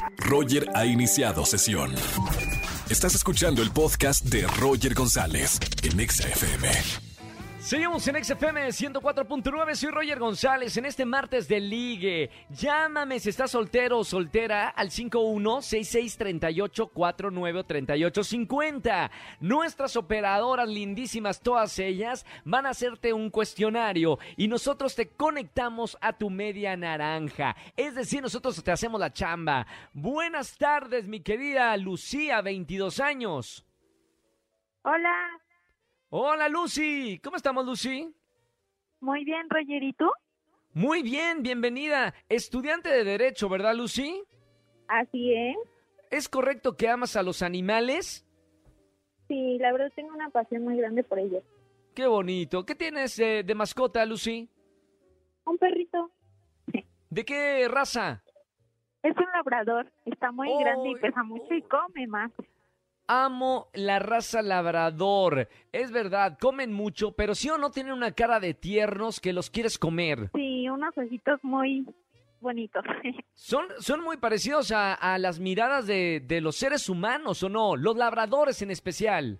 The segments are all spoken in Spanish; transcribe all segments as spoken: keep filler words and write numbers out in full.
Roger ha iniciado sesión. Estás escuchando el podcast de Roger González en Exa F M. Seguimos en X F M ciento cuatro punto nueve, soy Roger González en este martes de ligue. Llámame si estás soltero o soltera al cinco uno seis seis tres ocho cuatro nueve tres ocho cinco cero. Nuestras operadoras lindísimas, todas ellas, van a hacerte un cuestionario y nosotros te conectamos a tu media naranja. Es decir, nosotros te hacemos la chamba. Buenas tardes, mi querida Lucía, veintidós años. Hola. Hola, Lucy. ¿Cómo estamos, Lucy? Muy bien, Roger, ¿y tú? Muy bien, bienvenida. Estudiante de Derecho, ¿verdad, Lucy? Así es. ¿Es correcto que amas a los animales? Sí, la verdad tengo una pasión muy grande por ellos. Qué bonito. ¿Qué tienes eh, de mascota, Lucy? Un perrito. ¿De qué raza? Es un labrador. Está muy Oh, grande y pesa mucho y come más. Amo la raza labrador. Es verdad, comen mucho, pero sí o no tienen una cara de tiernos que los quieres comer. Sí, unos ojitos muy bonitos. Son, son muy parecidos a, a las miradas de, de los seres humanos, ¿o no? Los labradores en especial.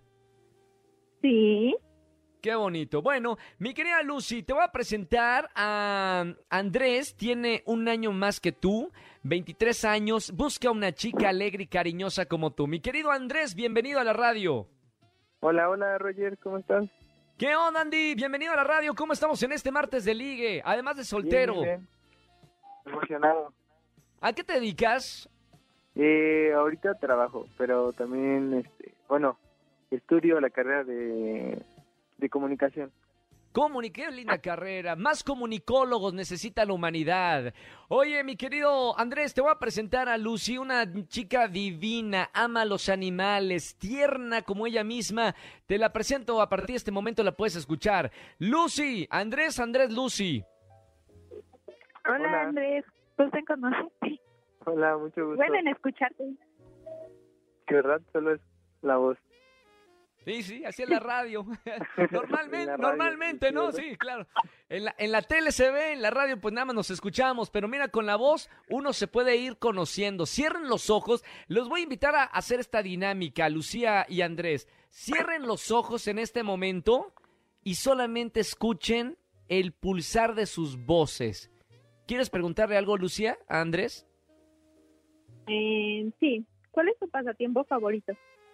Sí. Qué bonito. Bueno, mi querida Lucy, te voy a presentar a Andrés. Tiene un año más que tú, veintitrés años. Busca una chica alegre y cariñosa como tú. Mi querido Andrés, bienvenido a la radio. Hola, hola, Roger, ¿cómo estás? ¿Qué onda, Andy? Bienvenido a la radio. ¿Cómo estamos en este martes de ligue? Además de soltero. Bien, bien. Emocionado. ¿A qué te dedicas? Eh, ahorita trabajo, pero también, este, bueno, estudio la carrera de... de comunicación. Comuni- qué linda carrera. Más comunicólogos necesita la humanidad. Oye, mi querido Andrés, te voy a presentar a Lucy, una chica divina, ama a los animales, tierna como ella misma. Te la presento, a partir de este momento la puedes escuchar. Lucy, Andrés, Andrés, Lucy. Hola, Hola. Andrés. ¿Tú te conoces? Hola, mucho gusto. Bueno, en escucharte. De verdad, solo es la voz. Sí, sí, así es la radio. Normalmente, En la radio, normalmente, sí, ¿no? ¿verdad? Sí, claro. En la, en la tele se ve, en la radio pues nada más nos escuchamos, pero mira, con la voz uno se puede ir conociendo. Cierren los ojos. Los voy a invitar a hacer esta dinámica, Lucía y Andrés. Cierren los ojos en este momento y solamente escuchen el pulsar de sus voces. ¿Quieres preguntarle algo, Lucía, a Andrés? Eh, sí. ¿Cuál es tu pasatiempo favorito?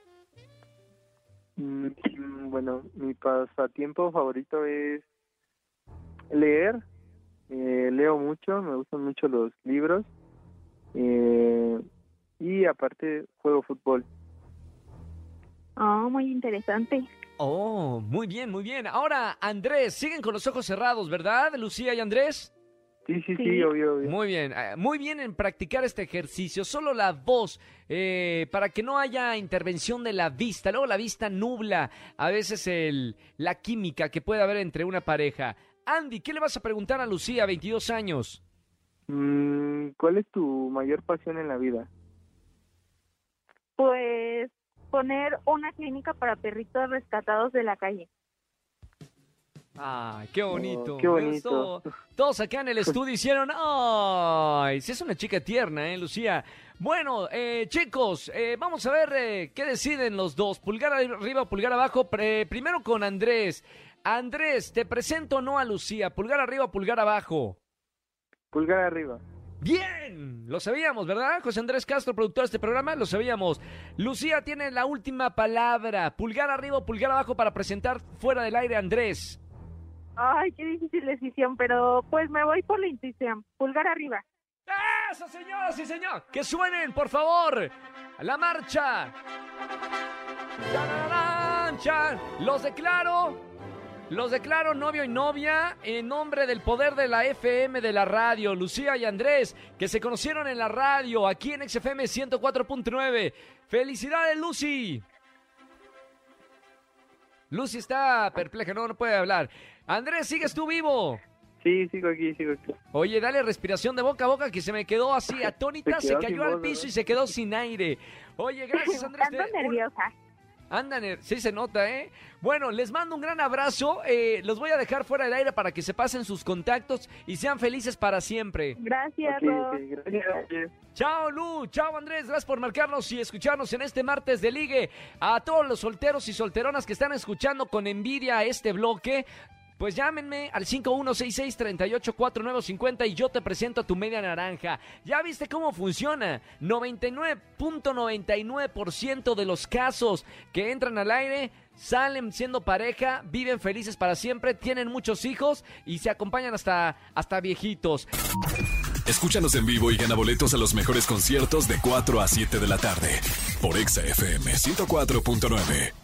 Mm, Bueno, mi pasatiempo favorito es leer. Eh, leo mucho, me gustan mucho los libros. Eh, y aparte juego fútbol. Oh, muy interesante. Oh, muy bien, muy bien. Ahora, Andrés, siguen con los ojos cerrados, ¿verdad, Lucía y Andrés? Sí, sí, sí, Sí. obvio, obvio. Muy bien, eh, muy bien en practicar este ejercicio, solo la voz, eh, para que no haya intervención de la vista. Luego la vista nubla a veces el, la química que puede haber entre una pareja. Andy, ¿qué le vas a preguntar a Lucía, veintidós años? Mm, ¿Cuál es tu mayor pasión en la vida? Pues poner una clínica para perritos rescatados de la calle. Ay, qué bonito. Oh, qué bonito. Todo- todos acá en el estudio hicieron, ay, sí es una chica tierna, ¿eh, Lucía? Bueno, eh, chicos, eh, vamos a ver eh, qué deciden los dos. Pulgar arriba, pulgar abajo. Pre- primero con Andrés. Andrés, te presento o no a Lucía. Pulgar arriba, pulgar abajo. Pulgar arriba. Bien, lo sabíamos, ¿verdad? José Andrés Castro, productor de este programa, lo sabíamos. Lucía tiene la última palabra. Pulgar arriba o pulgar abajo para presentar fuera del aire a Andrés. Ay, qué difícil decisión, pero pues me voy por la intuición. Pulgar arriba. ¡Eso, señoras y señor! ¡Que suenen, por favor! ¡La marcha! ¡Tararán, chan! Los declaro, los declaro novio y novia en nombre del poder de la F M de la radio. Lucía y Andrés, que se conocieron en la radio, aquí en X F M ciento cuatro punto nueve. ¡Felicidades, Lucy! Lucy está perpleja, no, no puede hablar. Andrés, ¿sigues tú vivo? Sí, sigo aquí, sigo aquí. Oye, dale respiración de boca a boca que se me quedó así atónita, Se se quedó cayó sin al voz, piso ¿verdad? y se quedó sin aire. Oye, gracias Andrés. Ando te- nerviosa. Andan, sí se nota, ¿eh? Bueno, les mando un gran abrazo. Eh, los voy a dejar fuera del aire para que se pasen sus contactos y sean felices para siempre. Gracias, Ok, Ro. ok, gracias. Chao, Lu. Chao, Andrés. Gracias por marcarnos y escucharnos en este martes de ligue. A todos los solteros y solteronas que están escuchando con envidia a este bloque, pues llámenme al cinco uno seis seis, tres ocho cuatro nueve cinco cero y yo te presento a tu media naranja. ¿Ya viste cómo funciona? noventa y nueve punto noventa y nueve por ciento de los casos que entran al aire salen siendo pareja, viven felices para siempre, tienen muchos hijos y se acompañan hasta, hasta viejitos. Escúchanos en vivo y gana boletos a los mejores conciertos de cuatro a siete de la tarde por Exa F M ciento cuatro punto nueve.